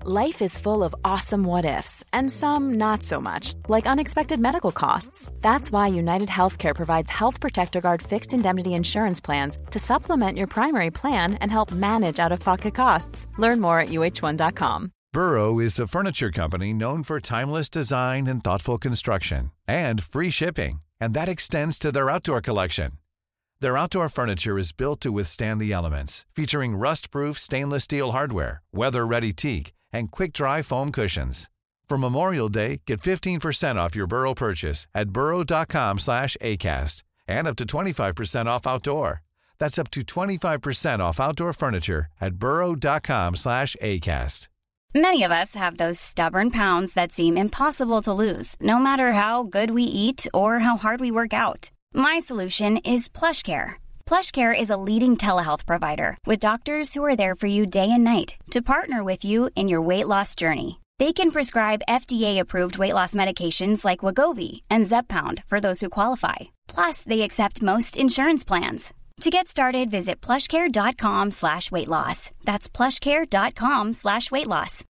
Life is full of awesome what-ifs, and some not so much, like unexpected medical costs. That's why United Healthcare provides Health Protector Guard fixed indemnity insurance plans to supplement your primary plan and help manage out-of-pocket costs. Learn more at uh1.com. Burrow is a furniture company known for timeless design and thoughtful construction, and free shipping, and that extends to their outdoor collection. Their outdoor furniture is built to withstand the elements, featuring rust-proof stainless steel hardware, weather-ready teak, and quick-dry foam cushions. For Memorial Day, get 15% off your Burrow purchase at burrow.com/acast, and up to 25% off outdoor. That's up to 25% off outdoor furniture at burrow.com/acast. Many of us have those stubborn pounds that seem impossible to lose, no matter how good we eat or how hard we work out. My solution is PlushCare. PlushCare is a leading telehealth provider with doctors who are there for you day and night to partner with you in your weight loss journey. They can prescribe FDA-approved weight loss medications like Wegovy and Zepbound for those who qualify. Plus, they accept most insurance plans. To get started, visit plushcare.com/weightloss. That's plushcare.com/weightloss.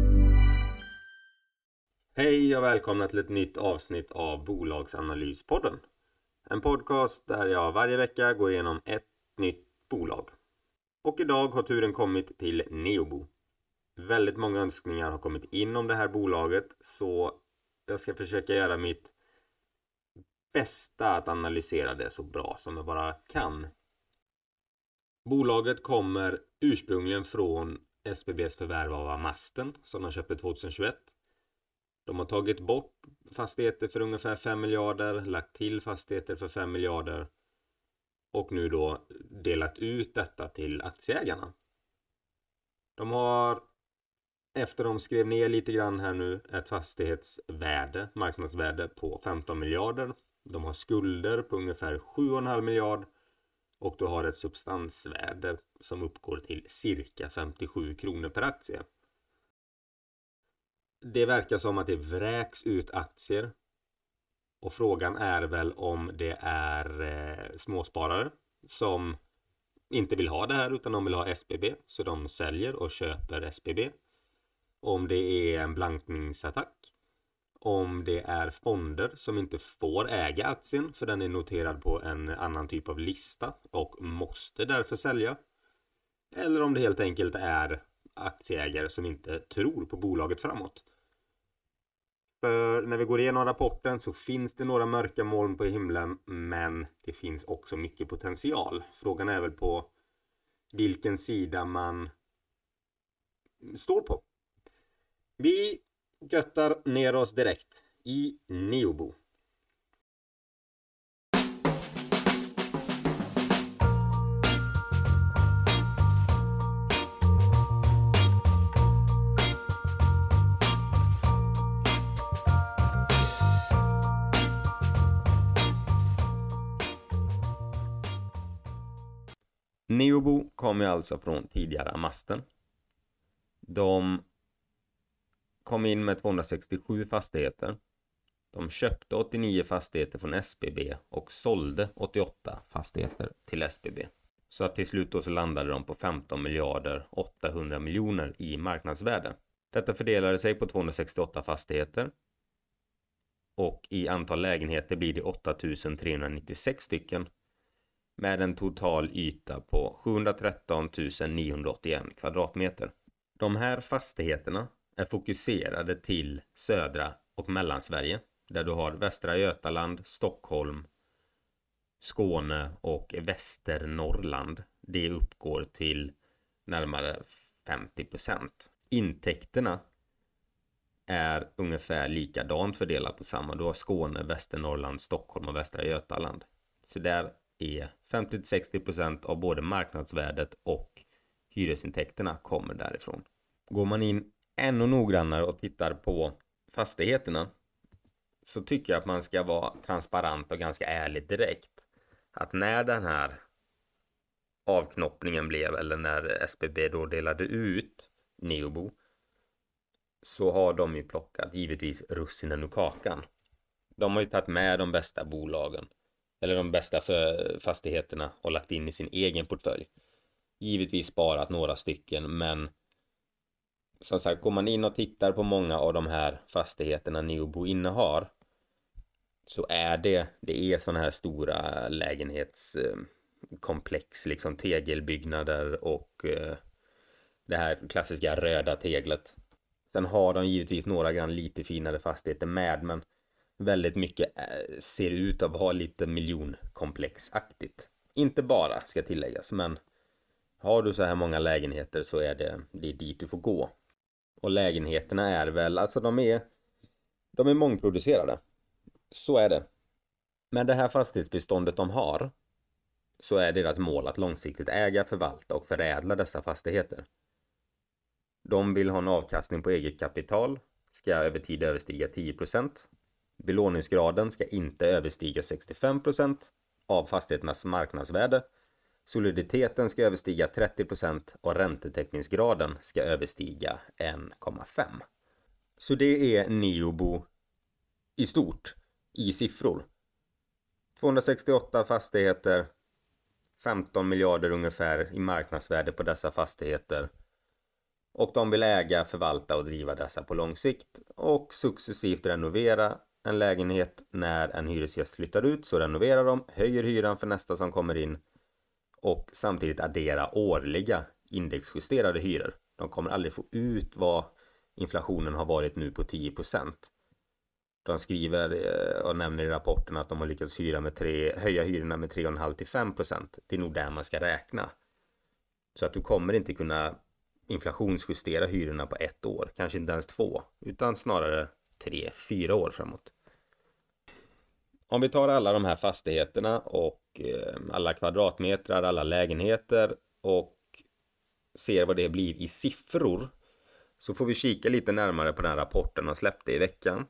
Hej och välkomna till ett nytt avsnitt av Bolagsanalyspodden. En podcast där jag varje vecka går igenom ett nytt bolag. Och idag har turen kommit till Neobo. Väldigt många önskningar har kommit in om det här bolaget, så jag ska försöka göra mitt bästa att analysera det så bra som jag bara kan. Bolaget kommer ursprungligen från SBBs förvärv av Amasten som de köpte 2021. De har tagit bort fastigheter för ungefär 5 miljarder, lagt till fastigheter för 5 miljarder och nu då delat ut detta till aktieägarna. De har, efter de skrev ner lite grann här nu, ett fastighetsvärde, marknadsvärde på 15 miljarder. De har skulder på ungefär 7,5 miljard och du har ett substansvärde som uppgår till cirka 57 kronor per aktie. Det verkar som att det vräks ut aktier och frågan är väl om det är småsparare som inte vill ha det här utan de vill ha SBB, så de säljer och köper SBB. Om det är en blankningsattack, om det är fonder som inte får äga aktien för den är noterad på en annan typ av lista och måste därför sälja, eller om det helt enkelt är aktieägare som inte tror på bolaget framåt. För när vi går igenom rapporten så finns det några mörka moln på himlen, men det finns också mycket potential. Frågan är väl på vilken sida man står på. Vi göttar ner oss direkt i Neobo. Neobo kommer alltså från tidigare Amasten. De kom in med 267 fastigheter. De köpte 89 fastigheter från SBB och sålde 88 fastigheter till SBB. Så att till slut då så landade de på 15 miljarder 800 miljoner i marknadsvärde. Detta fördelade sig på 268 fastigheter. Och i antal lägenheter blir det 8396 stycken. Med en total yta på 713 981 kvadratmeter. De här fastigheterna är fokuserade till södra och Mellansverige, där du har Västra Götaland, Stockholm, Skåne och Västernorrland. Det uppgår till närmare 50%. Intäkterna är ungefär likadant fördelat på samma. Du har Skåne, Västernorrland, Stockholm och Västra Götaland. Så där är 50-60% av både marknadsvärdet och hyresintäkterna kommer därifrån. Går man in ännu noggrannare och tittar på fastigheterna så tycker jag att man ska vara transparent och ganska ärlig direkt. Att när den här avknoppningen blev, eller när SBB då delade ut Neobo, så har de ju plockat givetvis russinen ur kakan. De har ju tagit med de bästa bolagen eller de bästa fastigheterna och lagt in i sin egen portfölj. Givetvis sparat några stycken, men som sagt, går man in och tittar på många av de här fastigheterna Neobo innehar, så är det är sådana här stora lägenhetskomplex, liksom tegelbyggnader och det här klassiska röda teglet. Sen har de givetvis några grann lite finare fastigheter med, men väldigt mycket ser ut att ha lite miljonkomplexaktigt. Inte bara, ska tilläggas, men har du så här många lägenheter så är det är dit du får gå. Och lägenheterna är väl, alltså de är mångproducerade. Så är det. Men det här fastighetsbeståndet de har, så är deras mål att långsiktigt äga, förvalta och förädla dessa fastigheter. De vill ha en avkastning på eget kapital, ska över tid överstiga 10%. Belåningsgraden ska inte överstiga 65% av fastigheternas marknadsvärde. Soliditeten ska överstiga 30% och räntetäckningsgraden ska överstiga 1,5. Så det är Neobo i stort, i siffror. 268 fastigheter, 15 miljarder ungefär i marknadsvärde på dessa fastigheter. Och de vill äga, förvalta och driva dessa på lång sikt och successivt renovera en lägenhet. När en hyresgäst flyttar ut så renoverar de, höjer hyran för nästa som kommer in och samtidigt addera årliga indexjusterade hyror. De kommer aldrig få ut vad inflationen har varit nu på 10%. De skriver och nämner i rapporten att de har lyckats höja hyrorna med 3,5-5%. Det är nog där man ska räkna. Så att du kommer inte kunna inflationsjustera hyrorna på 1 år, kanske inte ens 2, utan snarare 3-4 år framåt. Om vi tar alla de här fastigheterna och alla kvadratmetrar, alla lägenheter och ser vad det blir i siffror, så får vi kika lite närmare på den rapporten de släppte i veckan.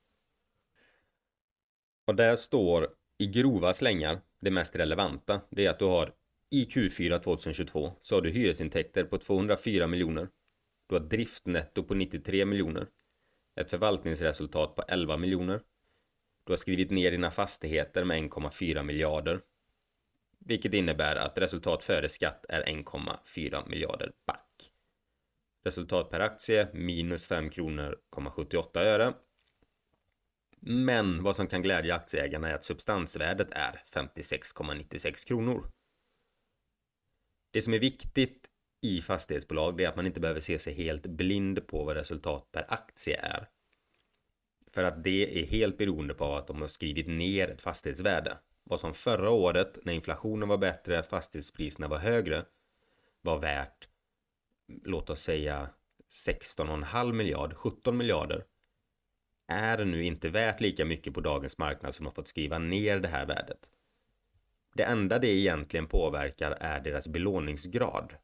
Och där står i grova slängar det mest relevanta. Det är att du har i Q4 2022 så har du hyresintäkter på 204 miljoner. Du har driftnetto på 93 miljoner. Ett förvaltningsresultat på 11 miljoner. Du har skrivit ner dina fastigheter med 1,4 miljarder. Vilket innebär att resultat före skatt är 1,4 miljarder back. Resultat per aktie minus 5 kronor 78 öre. Men vad som kan glädja aktieägarna är att substansvärdet är 56,96 kronor. Det som är viktigt i fastighetsbolag är att man inte behöver se sig helt blind på vad resultat per aktie är. För att det är helt beroende på att de har skrivit ner ett fastighetsvärde. Vad som förra året, när inflationen var bättre, fastighetspriserna var högre, var värt, låt oss säga 16,5 miljard, 17 miljarder, är nu inte värt lika mycket på dagens marknad som har fått skriva ner det här värdet. Det enda det egentligen påverkar är deras belåningsgrad.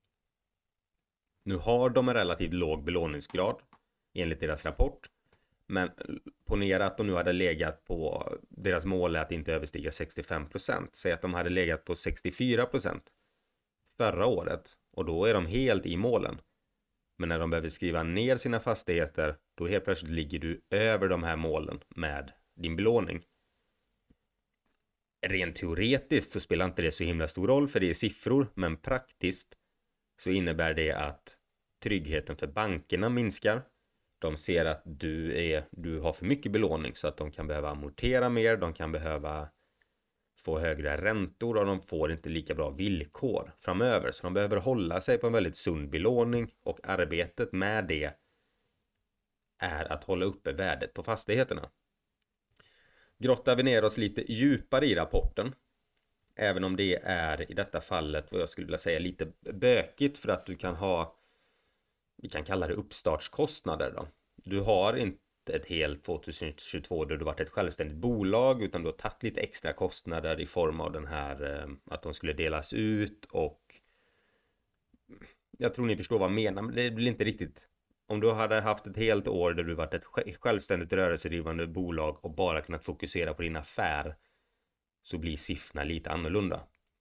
Nu har de en relativt låg belåningsgrad enligt deras rapport. Men ponera att de nu hade legat på, deras mål är att inte överstiga 65%. Säg att de hade legat på 64% förra året. Och då är de helt i målen. Men när de behöver skriva ner sina fastigheter, då helt plötsligt ligger du över de här målen med din belåning. Rent teoretiskt så spelar inte det så himla stor roll för det är siffror, men praktiskt så innebär det att tryggheten för bankerna minskar. De ser att du har för mycket belåning så att de kan behöva amortera mer, de kan behöva få högre räntor och de får inte lika bra villkor framöver. Så de behöver hålla sig på en väldigt sund belåning och arbetet med det är att hålla uppe värdet på fastigheterna. Grottar vi ner oss lite djupare i rapporten, även om det är i detta fallet vad jag skulle vilja säga lite bökigt för att du kan ha, vi kan kalla det uppstartskostnader då. Du har inte ett helt 2022 där du varit ett självständigt bolag utan du har tagit lite extra kostnader i form av den här att de skulle delas ut och jag tror ni förstår vad jag menar, men det blir inte riktigt. Om du hade haft ett helt år där du varit ett självständigt rörelsedrivande bolag och bara kunnat fokusera på din affär så blir siffrorna lite annorlunda.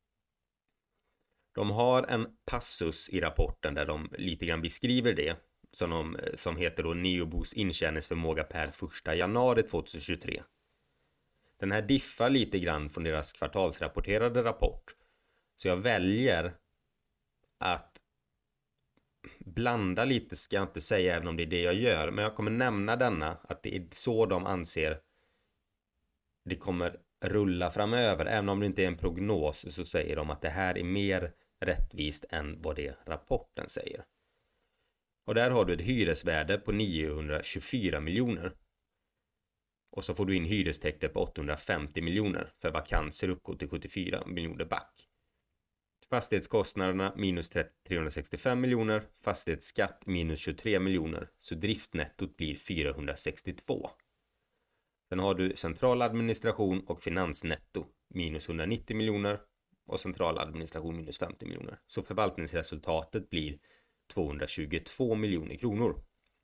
De har en passus i rapporten där de lite grann beskriver det som heter då Neobos intjäningsförmåga per 1 januari 2023. Den här diffar lite grann från deras kvartalsrapporterade rapport. Så jag väljer att blanda lite ska jag inte säga, även om det är det jag gör. Men jag kommer nämna denna, att det är så de anser det kommer rulla framöver. Även om det inte är en prognos så säger de att det här är mer rättvist än vad det rapporten säger. Och där har du ett hyresvärde på 924 miljoner. Och så får du in hyrestäkter på 850 miljoner. För vakanser uppgår till 74 miljoner back. Fastighetskostnaderna minus 365 miljoner. Fastighetsskatt minus 23 miljoner. Så driftnettot blir 462. Sen har du central administration och finansnetto minus 190 miljoner. Och central administration minus 50 miljoner. Så förvaltningsresultatet blir 222 miljoner kronor.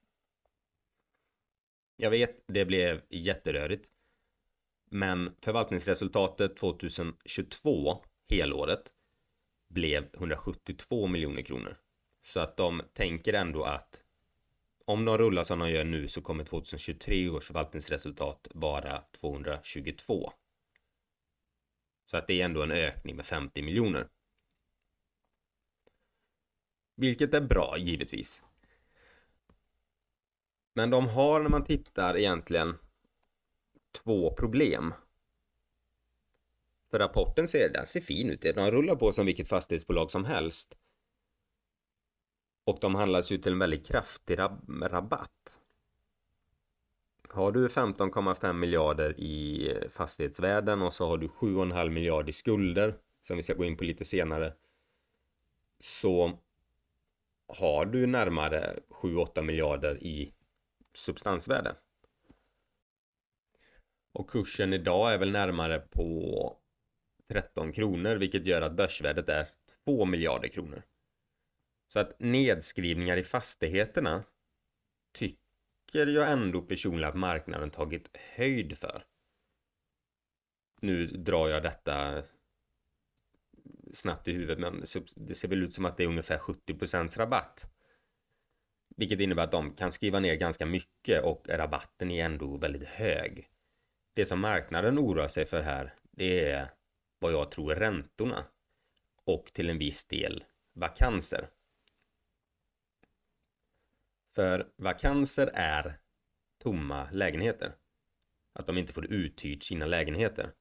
Jag vet, det blev jätterörigt. Men förvaltningsresultatet 2022, helåret, blev 172 miljoner kronor. Så att de tänker ändå att om de rullar som de gör nu så kommer 2023 års förvaltningsresultat vara 222. Så att det är ändå en ökning med 50 miljoner. Vilket är bra, givetvis. Men de har, när man tittar, egentligen två problem. För rapporten ser fin ut. De rullar på som vilket fastighetsbolag som helst. Och de handlas ju till en väldigt kraftig rabatt. Har du 15,5 miljarder i fastighetsvärden och så har du 7,5 miljarder i skulder, som vi ska gå in på lite senare, så har du närmare 7-8 miljarder i substansvärde. Och kursen idag är väl närmare på 13 kronor, vilket gör att börsvärdet är 2 miljarder kronor. Så att nedskrivningar i fastigheterna tycker jag ändå personligen att marknaden tagit höjd för. Nu drar jag detta snabbt i huvudet, men det ser väl ut som att det är ungefär 70% rabatt. Vilket innebär att de kan skriva ner ganska mycket och rabatten är ändå väldigt hög. Det som marknaden oroar sig för här, det är vad jag tror räntorna och till en viss del vakanser. För vakanser är tomma lägenheter. Att de inte får uthyrt sina lägenheter.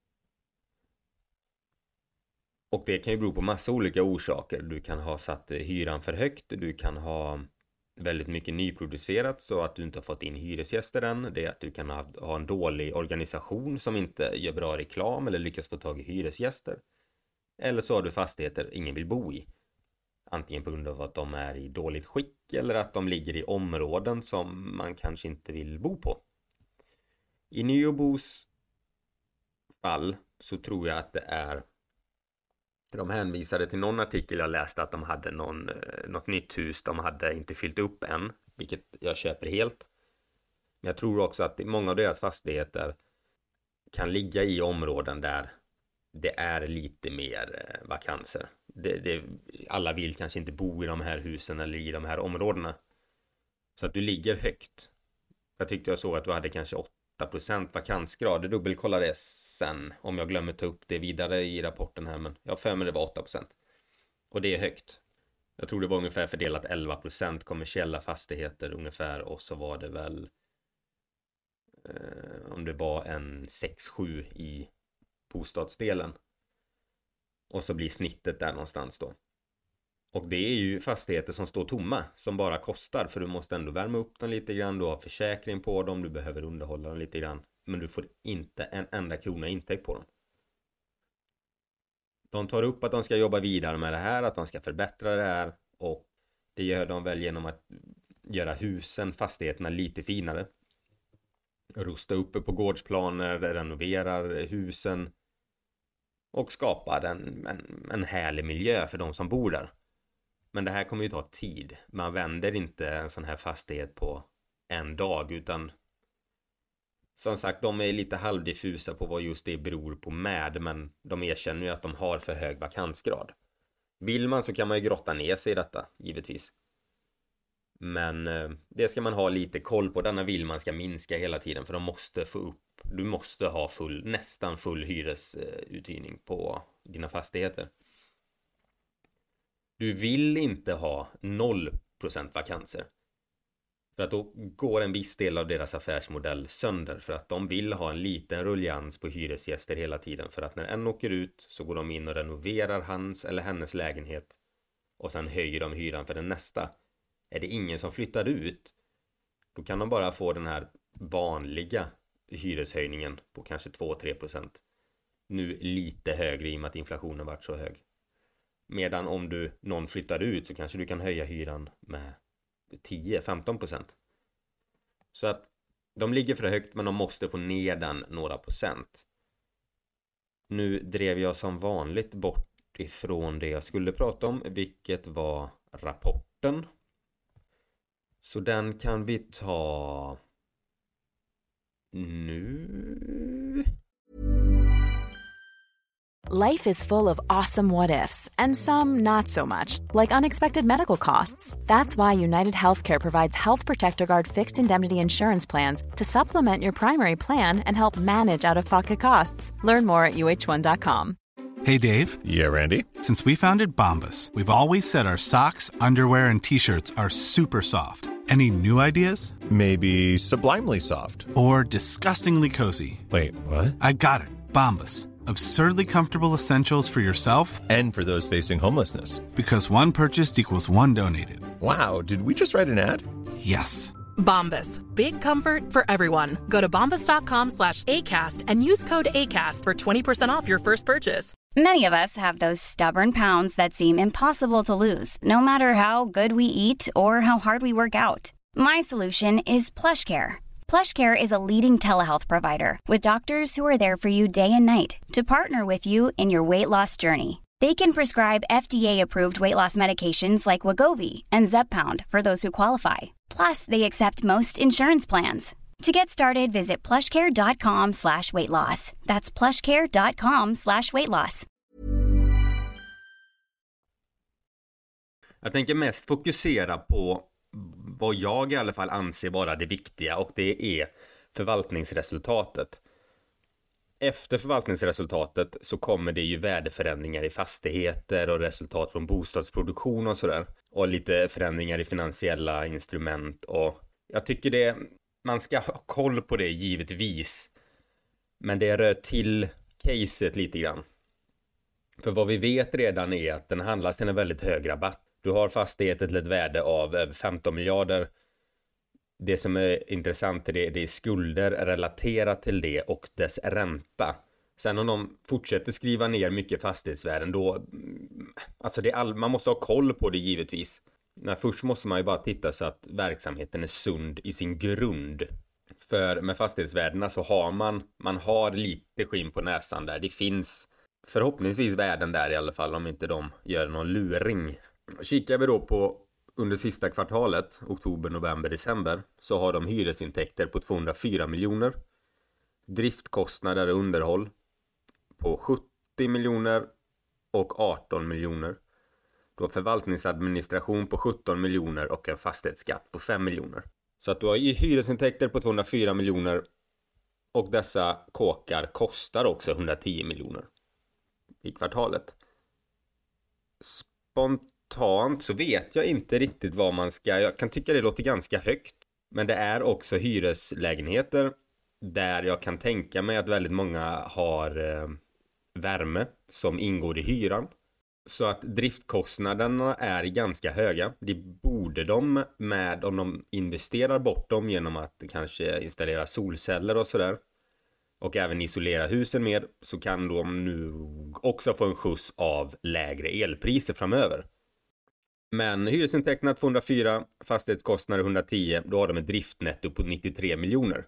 Och det kan ju bero på massa olika orsaker. Du kan ha satt hyran för högt. Du kan ha väldigt mycket nyproducerat så att du inte har fått in hyresgäster än. Det är att du kan ha en dålig organisation som inte gör bra reklam eller lyckas få tag i hyresgäster. Eller så har du fastigheter ingen vill bo i. Antingen på grund av att de är i dåligt skick eller att de ligger i områden som man kanske inte vill bo på. I Nyobos fall så tror jag att det är, de hänvisade till någon artikel jag läste att de hade något nytt hus de hade inte fyllt upp än, vilket jag köper helt. Men jag tror också att många av deras fastigheter kan ligga i områden där det är lite mer vakanser. Alla vill kanske inte bo i de här husen eller i de här områdena. Så att du ligger högt. Jag tyckte jag såg att du hade kanske 8% vakansgrad. Jag dubbelkollar det sen om jag glömmer ta upp det vidare i rapporten här. Men jag för mig det var 8%. Och det är högt. Jag tror det var ungefär fördelat 11% kommersiella fastigheter ungefär. Och så var det väl om det var en 6-7 i bostadsdelen. Och så blir snittet där någonstans då. Och det är ju fastigheter som står tomma, som bara kostar. För du måste ändå värma upp dem lite grann. Du har försäkring på dem, du behöver underhålla dem lite grann. Men du får inte en enda krona intäkt på dem. De tar upp att de ska jobba vidare med det här, att de ska förbättra det här. Och det gör de väl genom att göra husen, fastigheterna lite finare. Rusta uppe på gårdsplaner, renoverar husen. Och skapar en härlig miljö för de som bor där. Men det här kommer ju ta tid. Man vänder inte en sån här fastighet på en dag. Utan som sagt, de är lite halvdiffusa på vad just det beror på med. Men de erkänner ju att de har för hög vakansgrad. Vill man så kan man ju grotta ner sig i detta, givetvis. Men det ska man ha lite koll på. Denna vill man ska minska hela tiden. För de måste få upp. Du måste ha nästan full hyresuthyrning på dina fastigheter. Du vill inte ha 0% 6% vakanser. För att då går en viss del av deras affärsmodell sönder, för att de vill ha en liten rullians på hyresgäster hela tiden, för att när en åker ut så går de in och renoverar hans eller hennes lägenhet och sen höjer de hyran för den nästa. Är det ingen som flyttar ut, då kan de bara få den här vanliga hyreshöjningen på kanske 2-3%. Nu lite högre i och med att inflationen varit så hög. Medan om någon flyttar ut så kanske du kan höja hyran med 10-15%. Så att de ligger för högt, men de måste få ner den några procent. Nu drev jag som vanligt bort ifrån det jag skulle prata om, vilket var rapporten. Så den kan vi ta nu. Life is full of awesome what ifs, and some not so much, like unexpected medical costs. That's why United Healthcare provides Health Protector Guard fixed indemnity insurance plans to supplement your primary plan and help manage out-of-pocket costs. Learn more at uh1.com. Hey, Dave. Yeah, Randy. Since we founded Bombas, we've always said our socks, underwear, and T-shirts are super soft. Any new ideas? Maybe sublimely soft. Or disgustingly cozy. Wait, what? I got it. Bombas. Absurdly comfortable essentials for yourself And for those facing homelessness. because one purchased equals one donated. Wow, did we just write an ad? Yes. Bombas. Big comfort for everyone. Go to bombas.com/ACAST and use code ACAST for 20% off your first purchase. Many of us have those stubborn pounds that seem impossible to lose, no matter how good we eat or how hard we work out. My solution is PlushCare. PlushCare is a leading telehealth provider with doctors who are there for you day and night to partner with you in your weight loss journey. They can prescribe FDA-approved weight loss medications like Wegovy and Zepbound for those who qualify. Plus, they accept most insurance plans. To get started, visit plushcare.com/weightloss. That's plushcare.com/weightloss. Jag tänker mest fokusera på vad jag i alla fall anser vara det viktiga, och det är förvaltningsresultatet. Efter förvaltningsresultatet så kommer det ju värdeförändringar i fastigheter och resultat från bostadsproduktion och sådär. Och lite förändringar i finansiella instrument, och jag tycker man ska ha koll på det givetvis. Men det rör till caset lite grann. För vad vi vet redan är att den handlas till en väldigt hög rabatt. Du har fastigheter till ett värde av över 15 miljarder. Det som är intressant är det är skulder relaterat till det och dess ränta. Sen om de fortsätter skriva ner mycket fastighetsvärden, då alltså man måste ha koll på det givetvis. Men först måste man ju bara titta så att verksamheten är sund i sin grund. För med fastighetsvärdena så har man har lite skinn på näsan där. Det finns förhoppningsvis värden där i alla fall, om inte de gör någon luring. Kikar vi då på under sista kvartalet, oktober, november, december, så har de hyresintäkter på 204 miljoner. Driftkostnader och underhåll på 70 miljoner och 18 miljoner. Du har förvaltningsadministration på 17 miljoner och en fastighetsskatt på 5 miljoner. Så att du har hyresintäkter på 204 miljoner, och dessa kåkar kostar också 110 miljoner i kvartalet. Spontant så vet jag inte riktigt vad jag kan tycka det låter ganska högt, men det är också hyreslägenheter där jag kan tänka mig att väldigt många har värme som ingår i hyran. Så att driftkostnaderna är ganska höga. Det borde de med om de investerar bort dem genom att kanske installera solceller och sådär. Och även isolera husen mer, så kan de nu också få en skjuts av lägre elpriser framöver. Men hyresintäkterna 204, fastighetskostnader 110, då har de ett driftnetto på 93 miljoner.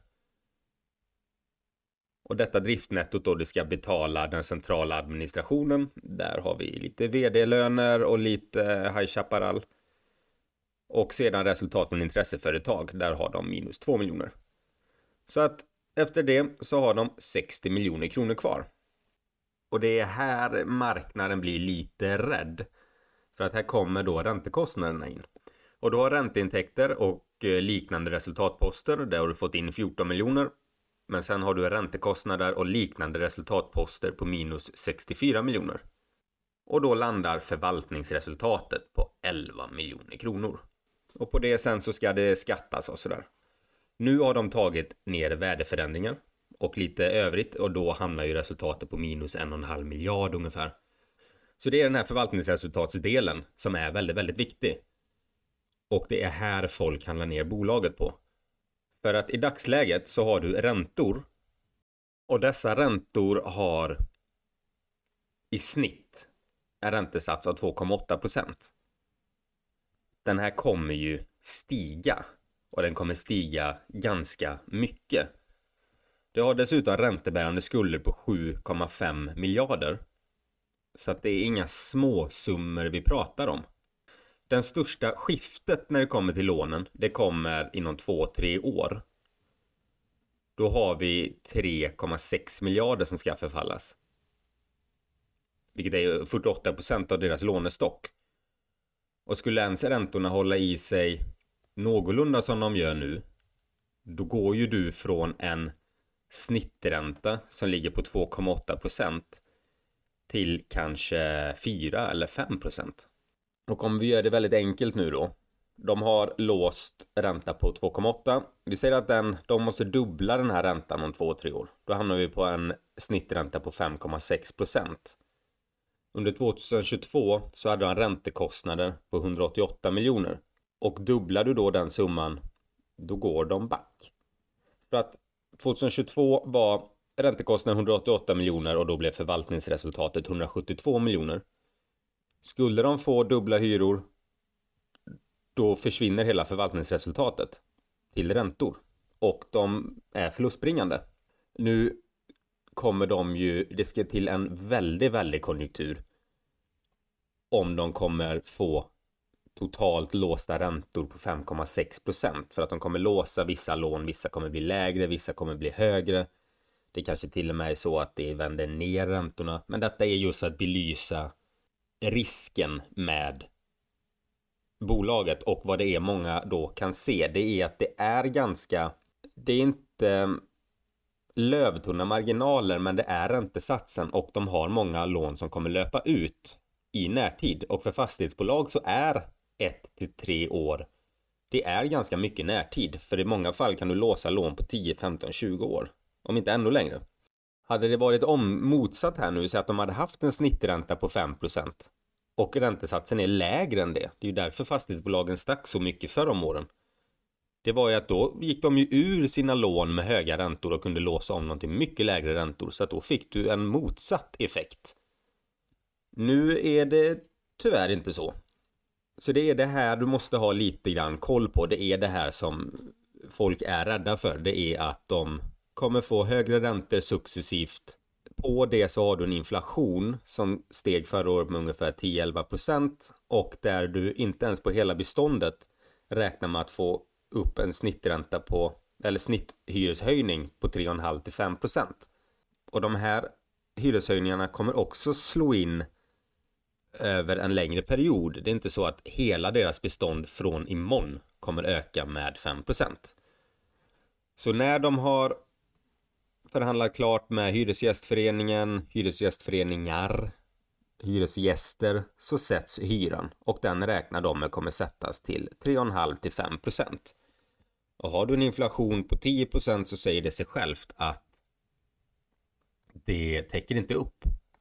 Och detta driftnettot då, det ska betala den centrala administrationen. Där har vi lite vd-löner och lite High Chaparral. Och sedan resultat från intresseföretag, där har de minus 2 miljoner. Så att efter det så har de 60 miljoner kronor kvar. Och det är här marknaden blir lite rädd. För att här kommer då räntekostnaderna in. Och då har ränteintäkter och liknande resultatposter, där har du fått in 14 miljoner. Men sen har du räntekostnader och liknande resultatposter på minus 64 miljoner. Och då landar förvaltningsresultatet på 11 miljoner kronor. och på det sen så ska det skattas och sådär. Nu har de tagit ner värdeförändringar och lite övrigt och då hamnar ju resultatet på minus 1,5 miljard ungefär. Så det är den här förvaltningsresultatsdelen som är väldigt, väldigt viktig. Och det är här folk handlar ner bolaget på. För att i dagsläget så har du räntor. Och dessa räntor har i snitt en räntesats av 2,8%. Den här kommer ju stiga. Och den kommer stiga ganska mycket. Du har dessutom räntebärande skulder på 7,5 miljarder. Så att det är inga små summor vi pratar om. Den största skiftet när det kommer till lånen, det kommer inom 2-3 år. Då har vi 3,6 miljarder som ska förfallas. Vilket är 48% av deras lånestock. Och skulle ens räntorna hålla i sig någorlunda som de gör nu, då går ju du från en snittränta som ligger på 2,8% till kanske 4 eller 5%. Och om vi gör det väldigt enkelt nu då. De har låst ränta på 2,8. Vi säger att de måste dubbla den här räntan om 2-3 år. Då hamnar vi på en snittränta på 5,6%. Under 2022 så hade de räntekostnader på 188 miljoner. Och dubblar du då den summan, då går de back. För att 2022 var räntekostnaden 188 miljoner och då blev förvaltningsresultatet 172 miljoner. Skulle de få dubbla hyror, då försvinner hela förvaltningsresultatet till räntor. Och de är förlustbringande. Nu kommer det ska till en väldigt, väldigt konjunktur. Om de kommer få totalt låsta räntor på 5,6%. För att de kommer låsa vissa lån, vissa kommer bli lägre, vissa kommer bli högre. Det kanske till och med är så att det vänder ner räntorna. Men detta är just att belysa risken med bolaget och vad det är många då kan se. Det är att det är inte lövtunna marginaler, men det är räntesatsen och de har många lån som kommer löpa ut i närtid. Och för fastighetsbolag så är 1-3 år, det är ganska mycket närtid. För i många fall kan du låsa lån på 10, 15, 20 år. Om inte ännu längre. Hade det varit motsatt här nu, så att de hade haft en snittränta på 5% och räntesatsen är lägre än det. Det är ju därför fastighetsbolagen stack så mycket förra om åren. Det var ju att då gick de ju ur sina lån med höga räntor och kunde låsa om någonting mycket lägre räntor. Så att då fick du en motsatt effekt. Nu är det tyvärr inte så. Så det är det här du måste ha lite grann koll på. Det är det här som folk är rädda för. Det är att de kommer få högre räntor successivt. På det så har du en inflation som steg förra året med ungefär 10-11% och där du inte ens på hela beståndet räknar med att få upp en snittränta på, eller snitthyreshöjning på 3,5-5%. Och de här hyreshöjningarna kommer också slå in över en längre period. Det är inte så att hela deras bestånd från imorgon kommer öka med 5%. Så när de har förhandlat klart med hyresgästföreningar, hyresgäster, så sätts hyran och den räknar de med kommer sättas till 3,5-5%. Och har du en inflation på 10% så säger det sig självt att det täcker inte upp.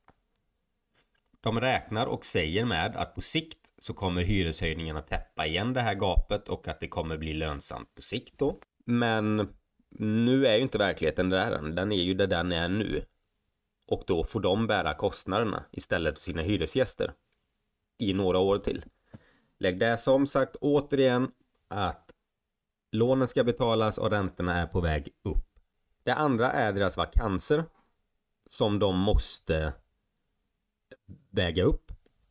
De räknar och säger med att på sikt så kommer hyreshöjningarna täppa igen det här gapet och att det kommer bli lönsamt på sikt då. Men nu är ju inte verkligheten där än. Den är ju där den är nu. Och då får de bära kostnaderna istället för sina hyresgäster i några år till. Lägg det som sagt återigen att lånen ska betalas och räntorna är på väg upp. Det andra är deras vakanser som de måste väga upp.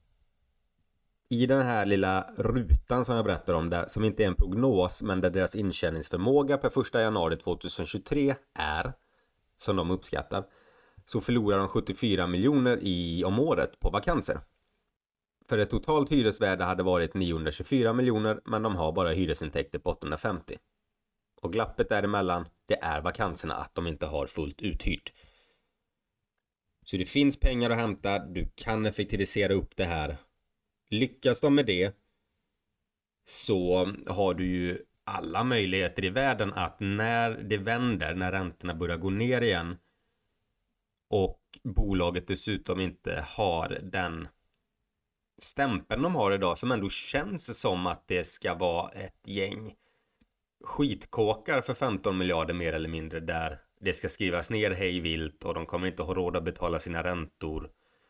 I den här lilla rutan som jag berättar om där, som inte är en prognos men där deras intjäningsförmåga per 1 januari 2023 är som de uppskattar, så förlorar de 74 miljoner om året på vakanser. För ett totalt hyresvärde hade varit 924 miljoner men de har bara hyresintäkter på 850. Och glappet däremellan, det är vakanserna, att de inte har fullt uthyrt. Så det finns pengar att hämta, du kan effektivisera upp det här. Lyckas de med det, så har du ju alla möjligheter i världen att när det vänder, när räntorna börjar gå ner igen och bolaget dessutom inte har den stämpeln de har idag, som ändå känns som att det ska vara ett gäng skitkåkar för 15 miljarder mer eller mindre, där det ska skrivas ner hej vilt och de kommer inte ha råd att betala sina räntor,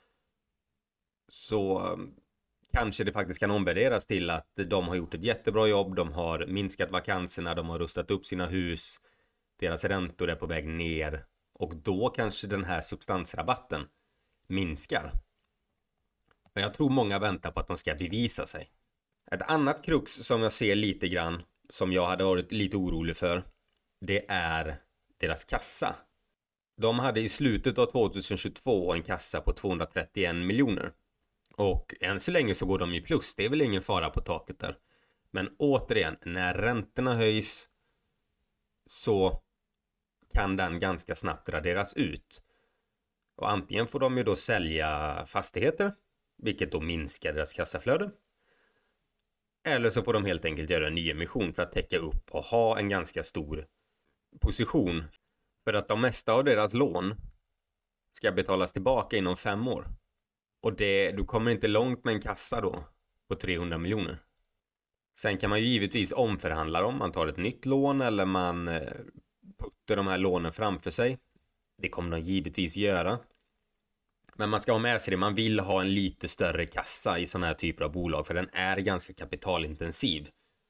så kanske det faktiskt kan omvärderas till att de har gjort ett jättebra jobb, de har minskat vakanserna, de har rustat upp sina hus, deras räntor är på väg ner, och då kanske den här substansrabatten minskar. Men jag tror många väntar på att de ska bevisa sig. Ett annat krux som jag ser lite grann, som jag hade varit lite orolig för, det är deras kassa. De hade i slutet av 2022 en kassa på 231 miljoner. Och än så länge så går de i plus, det är väl ingen fara på taket där. Men återigen, när räntorna höjs så kan den ganska snabbt raderas ut. Och antingen får de ju då sälja fastigheter, vilket då minskar deras kassaflöde. Eller så får de helt enkelt göra en ny emission för att täcka upp och ha en ganska stor position. För att de mesta av deras lån ska betalas tillbaka inom 5 år. Och du kommer inte långt med en kassa då på 300 miljoner. Sen kan man ju givetvis omförhandla dem. Man tar ett nytt lån eller man puttar de här lånen framför sig. Det kommer de givetvis göra. Men man ska ha med sig det. Man vill ha en lite större kassa i sådana här typer av bolag, för den är ganska kapitalintensiv.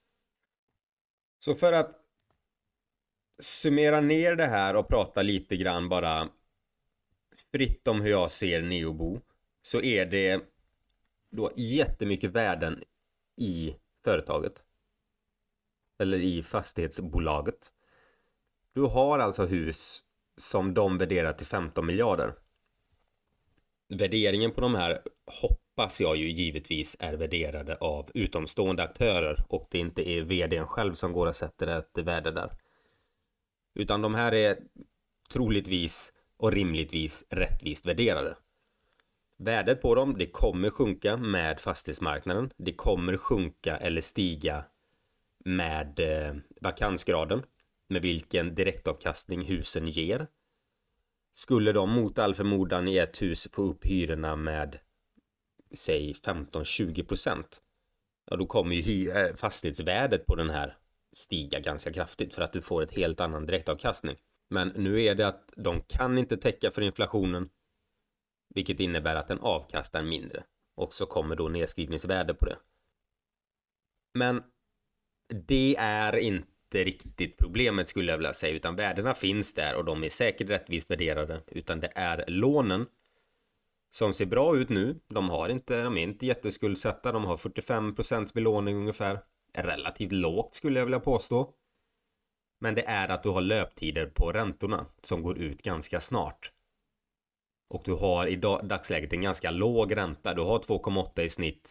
Så för att summera ner det här och prata lite grann bara fritt om hur jag ser Neobo, så är det då jättemycket värden i företaget. Eller i fastighetsbolaget. Du har alltså hus som de värderar till 15 miljarder. Värderingen på de här hoppas jag ju givetvis är värderade av utomstående aktörer och det inte är vdn själv som går och sätter ett värde där. Utan de här är troligtvis och rimligtvis rättvist värderade. Värdet på dem, det kommer sjunka med fastighetsmarknaden. Det kommer sjunka eller stiga med vakansgraden, med vilken direktavkastning husen ger. Skulle de mot all förmodan i ett hus få upp hyrorna med säg 15-20%, ja då kommer ju fastighetsvärdet på den här stiga ganska kraftigt för att du får ett helt annan direktavkastning. Men nu är det att de kan inte täcka för inflationen, vilket innebär att den avkastar mindre. Och så kommer då nedskrivningsvärde på det. Men det är inte riktigt problemet skulle jag vilja säga, utan värdena finns där och de är säkert rättvist värderade, utan det är lånen som ser bra ut nu. De är inte jätteskuldsatta, de har 45% belåning ungefär. Relativt lågt skulle jag vilja påstå. Men det är att du har löptider på räntorna som går ut ganska snart. Och du har i dagsläget en ganska låg ränta. Du har 2,8 i snitt.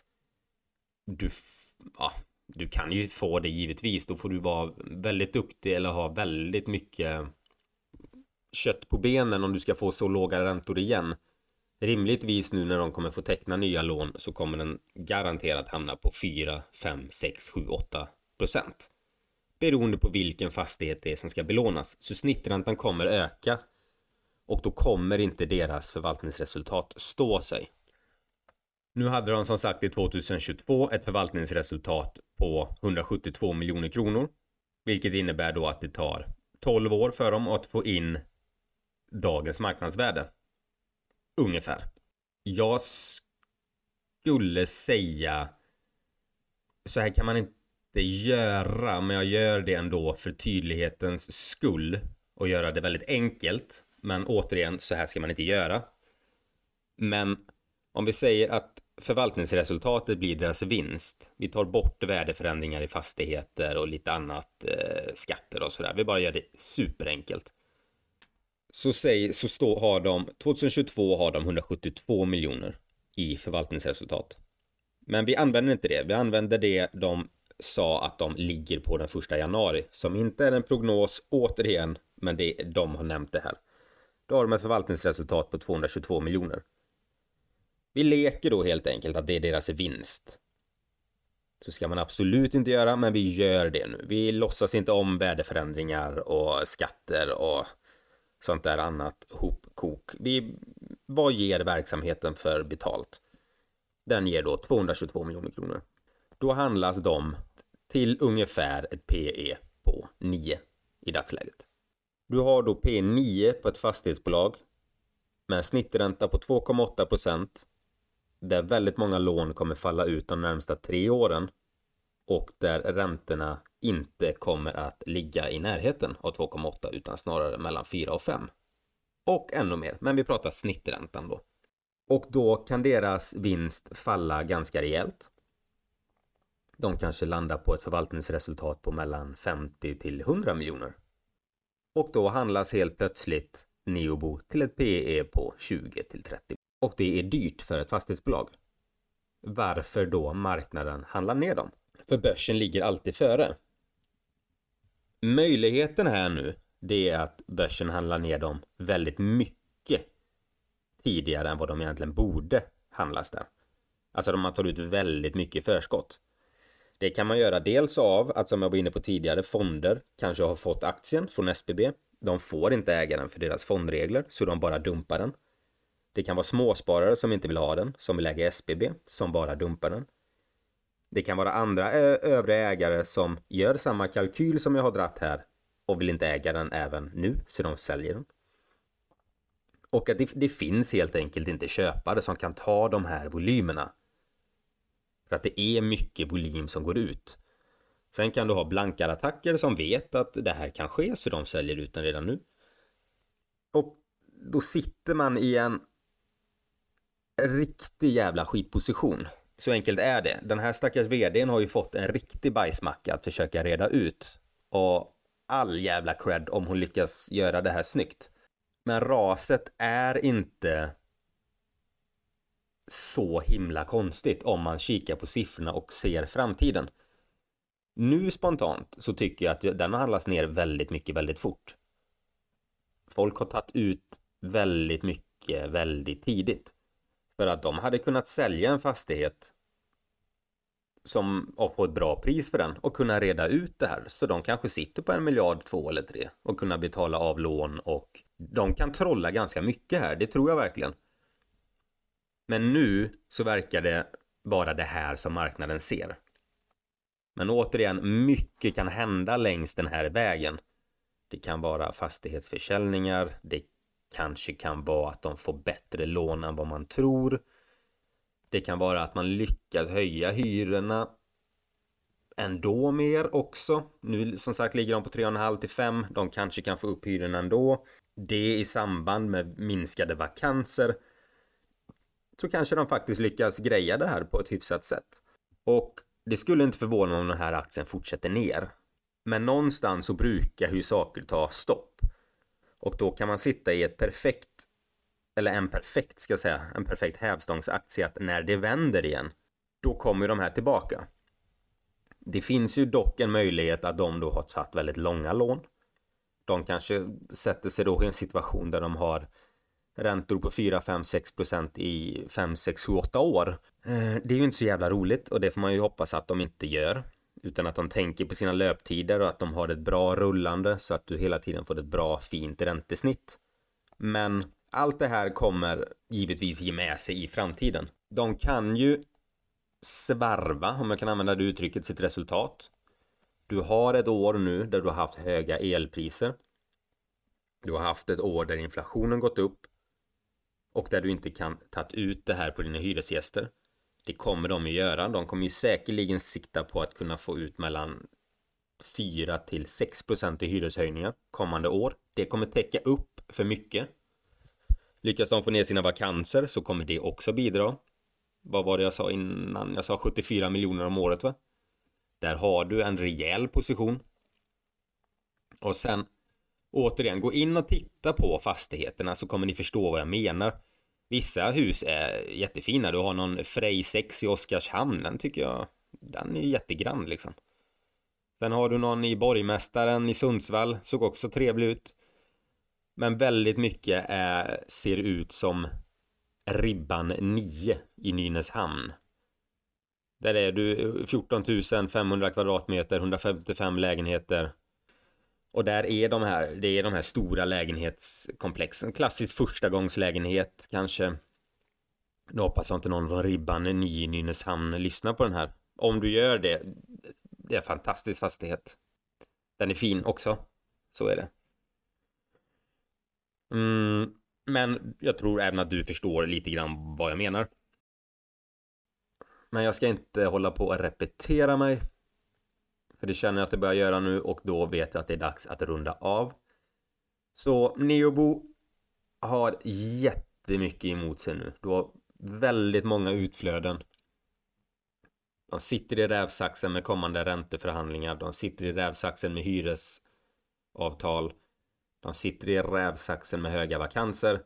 Du kan ju få det givetvis. Då får du vara väldigt duktig eller ha väldigt mycket kött på benen om du ska få så låga räntor igen. Rimligtvis nu när de kommer få teckna nya lån så kommer den garanterat hamna på 4, 5, 6, 7, 8%. Beroende på vilken fastighet det är som ska belånas. Så snitträntan kommer öka och då kommer inte deras förvaltningsresultat stå sig. Nu hade de som sagt i 2022 ett förvaltningsresultat på 172 miljoner kronor. Vilket innebär då att det tar 12 år för dem att få in dagens marknadsvärde. Ungefär. Jag skulle säga, så här kan man inte göra, men jag gör det ändå för tydlighetens skull och göra det väldigt enkelt. Men återigen, så här ska man inte göra. Men om vi säger att förvaltningsresultatet blir deras vinst. Vi tar bort värdeförändringar i fastigheter och lite annat, skatter och sådär. Vi bara gör det superenkelt. Har de 2022 har de 172 miljoner i förvaltningsresultat. Men vi använder inte det. Vi använder det de sa att de ligger på den 1 januari. Som inte är en prognos återigen, men de har nämnt det här. Då har de ett förvaltningsresultat på 222 miljoner. Vi leker då helt enkelt att det är deras vinst. Så ska man absolut inte göra, men vi gör det nu. Vi låtsas inte om värdeförändringar och skatter och sånt där annat hopkok. Vad ger verksamheten för betalt? Den ger då 222 miljoner kronor. Då handlas de till ungefär ett PE på 9 i dagsläget. Du har då P9 på ett fastighetsbolag med en snittränta på 2,8%, där väldigt många lån kommer falla ut de närmsta 3 åren och där räntorna inte kommer att ligga i närheten av 2,8 utan snarare mellan 4 och 5. Och ännu mer, men vi pratar snitträntan då. Och då kan deras vinst falla ganska rejält. De kanske landar på ett förvaltningsresultat på mellan 50 till 100 miljoner. Och då handlas helt plötsligt Neobo till ett PE på 20 till 30. Och det är dyrt för ett fastighetsbolag. Varför då marknaden handlar ner dem? För börsen ligger alltid före. Möjligheten här nu, det är att börsen handlar ner dem väldigt mycket tidigare än vad de egentligen borde handlas där. Alltså de har tagit ut väldigt mycket förskott. Det kan man göra dels av att, som jag var inne på tidigare, fonder kanske har fått aktien från SBB. De får inte äga den för deras fondregler, så de bara dumpar den. Det kan vara småsparare som inte vill ha den, som vill äga SBB, som bara dumpar den. Det kan vara andra övriga ägare som gör samma kalkyl som jag har dratt här och vill inte äga den även nu, så de säljer den. Och att det finns helt enkelt inte köpare som kan ta de här volymerna. För att det är mycket volym som går ut. Sen kan du ha blankarattacker som vet att det här kan ske, så de säljer ut den redan nu. Och då sitter man i en riktig jävla skitposition. Så enkelt är det. Den här stackars vdn har ju fått en riktig bajsmacka att försöka reda ut. Och all jävla cred om hon lyckas göra det här snyggt. Men raset är inte så himla konstigt om man kikar på siffrorna och ser framtiden. Nu spontant så tycker jag att den har handlats ner väldigt mycket väldigt fort. Folk har tagit ut väldigt mycket väldigt tidigt. För att de hade kunnat sälja en fastighet som på ett bra pris för den och kunna reda ut det här. Så de kanske sitter på 1 miljard, 2 eller 3 och kunna betala av lån, och de kan trolla ganska mycket här, det tror jag verkligen. Men nu så verkar det vara det här som marknaden ser. Men återigen, mycket kan hända längs den här vägen. Det kan vara fastighetsförsäljningar, det kanske kan vara att de får bättre lån än vad man tror. Det kan vara att man lyckas höja hyrorna ändå mer också. Nu som sagt ligger de på 3,5 till 5. De kanske kan få upp hyrorna ändå. Det i samband med minskade vakanser. Så kanske de faktiskt lyckas greja det här på ett hyfsat sätt. Och det skulle inte förvåna om den här aktien fortsätter ner. Men någonstans så brukar ju saker ta stopp. Och då kan man sitta i en perfekt hävstångsaktie, att när det vänder igen, då kommer de här tillbaka. Det finns ju dock en möjlighet att de då har satt väldigt långa lån. De kanske sätter sig då i en situation där de har räntor på 4, 5, 6% i 5, 6, 7, 8 år. Det är ju inte så jävla roligt, och det får man ju hoppas att de inte gör. Utan att de tänker på sina löptider och att de har ett bra rullande så att du hela tiden får ett bra, fint räntesnitt. Men allt det här kommer givetvis ge med sig i framtiden. De kan ju svarva, om jag kan använda det uttrycket, sitt resultat. Du har ett år nu där du har haft höga elpriser. Du har haft ett år där inflationen gått upp och där du inte kan ta ut det här på dina hyresgäster. Det kommer de att göra. De kommer ju säkerligen sikta på att kunna få ut mellan 4 till 6% i hyreshöjningar kommande år. Det kommer täcka upp för mycket. Lyckas de få ner sina vakanser så kommer det också bidra. Vad var det jag sa innan? Jag sa 74 miljoner om året, va? Där har du en rejäl position. Och sen återigen, gå in och titta på fastigheterna så kommer ni förstå vad jag menar. Vissa hus är jättefina. Du har någon Frej 6 i Oskarshamn. Den tycker jag, den är jättegrann liksom. Sen har du någon i Borgmästaren i Sundsvall. Såg också trevlig ut. Men väldigt mycket ser ut som Ribban 9 i Nynäshamn. Där är du 14 500 kvadratmeter, 155 lägenheter. Och där är det är de här stora lägenhetskomplexen. Klassisk förstagångslägenhet kanske. Nu hoppas jag inte någon från Ribban i Nynäshamn lyssnar på den här. Om du gör det, det är en fantastisk fastighet. Den är fin också. Så är det. Men jag tror även att du förstår lite grann vad jag menar. Men jag ska inte hålla på att repetera mig. För det känner jag att det börjar göra nu. Och då vet jag att det är dags att runda av. Så Neobo har jättemycket emot sig nu. Du har väldigt många utflöden. De sitter i rävsaxen med kommande ränteförhandlingar. De sitter i rävsaxen med hyresavtal. De sitter i rävsaxen med höga vakanser.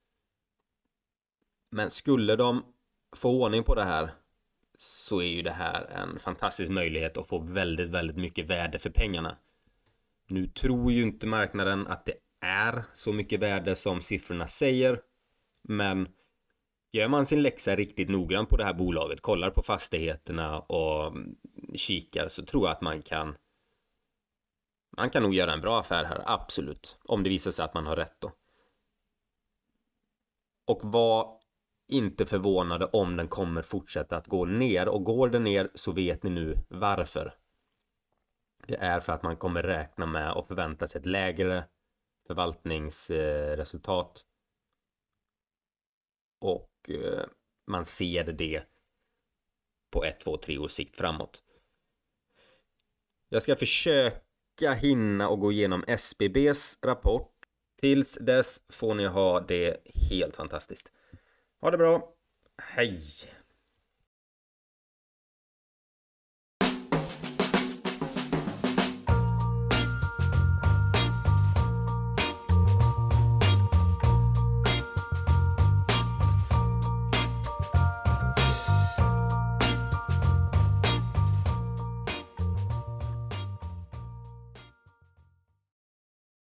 Men skulle de få ordning på det här, så är ju det här en fantastisk möjlighet att få väldigt, väldigt mycket värde för pengarna. Nu tror ju inte marknaden att det är så mycket värde som siffrorna säger. Men gör man sin läxa riktigt noggrant på det här bolaget, kollar på fastigheterna och kikar, så tror jag att man kan nog göra en bra affär här, absolut. Om det visar sig att man har rätt då. Och var inte förvånade om den kommer fortsätta att gå ner. Och går den ner så vet ni nu varför. Det är för att man kommer räkna med och förvänta sig ett lägre förvaltningsresultat. Och man ser det på 1, 2, 3 års sikt framåt. Jag ska försöka hinna och gå igenom SBBs rapport. Tills dess får ni ha det helt fantastiskt. Ha det bra. Hej!